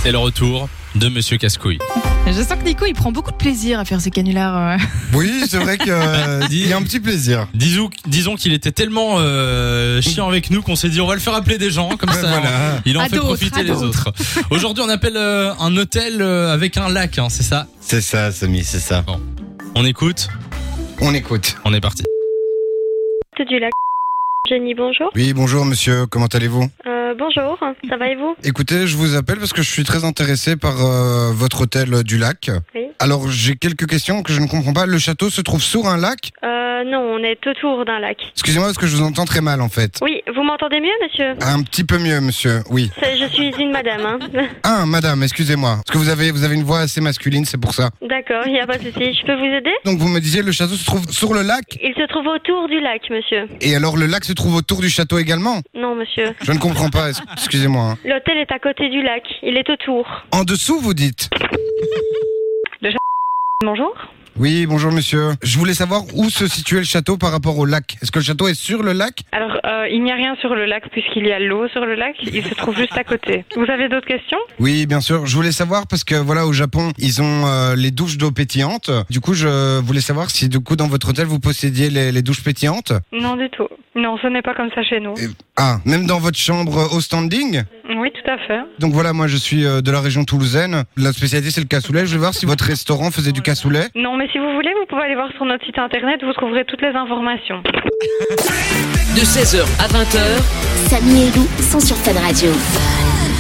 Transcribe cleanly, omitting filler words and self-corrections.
C'est le retour de Monsieur Cascouille. Je sens que Nico, il prend beaucoup de plaisir à faire ces canulars. Oui, c'est vrai qu'il y a un petit plaisir. Disons qu'il était tellement chiant avec nous qu'on s'est dit on va le faire appeler des gens comme ça. Voilà. Il en À fait d'autres, profiter à les d'autres. autres. Aujourd'hui, on appelle un hôtel avec un lac, hein, c'est ça. C'est ça, Samy, c'est ça. On écoute. On écoute. On est parti. Du lac. Jenny, bonjour. Oui, bonjour monsieur, comment allez-vous? Bonjour, ça va et vous? Écoutez, je vous appelle parce que je suis très intéressé par votre hôtel du lac. Oui. Alors, j'ai quelques questions que je ne comprends pas. Le château se trouve sur un lac? Non, on est autour d'un lac. Excusez-moi parce que je vous entends très mal en fait. Oui, vous m'entendez mieux, monsieur? Un petit peu mieux, monsieur, oui. Je suis une madame, hein. Ah, madame, excusez-moi. Parce que vous avez une voix assez masculine, c'est pour ça. D'accord, il n'y a pas de souci. Je peux vous aider? Donc vous me disiez le château se trouve sur le lac? Il se trouve autour du lac, monsieur. Et alors le lac se trouve autour du château également? Non, monsieur. Je ne comprends pas, excusez-moi. Hein. L'hôtel est à côté du lac. Il est autour. En dessous, vous dites? Bonjour. Oui, bonjour monsieur. Je voulais savoir où se situait le château par rapport au lac. Est-ce que le château est sur le lac? Alors, il n'y a rien sur le lac puisqu'il y a l'eau sur le lac. Il se trouve juste à côté. Vous avez d'autres questions? Oui, bien sûr. Je voulais savoir parce que voilà, au Japon, ils ont les douches d'eau pétillante. Du coup, je voulais savoir si du coup dans votre hôtel vous possédiez les douches pétillantes. Non, du tout. Non, ce n'est pas comme ça chez nous. Ah, même dans votre chambre au standing? Oui, tout à fait. Donc voilà, moi je suis de la région toulousaine. La spécialité c'est le cassoulet. Je vais voir si votre restaurant faisait du cassoulet. Non, mais si vous voulez, vous pouvez aller voir sur notre site internet. Vous trouverez toutes les informations. De 16h à 20h, Samy et Lou sont sur Fun Radio.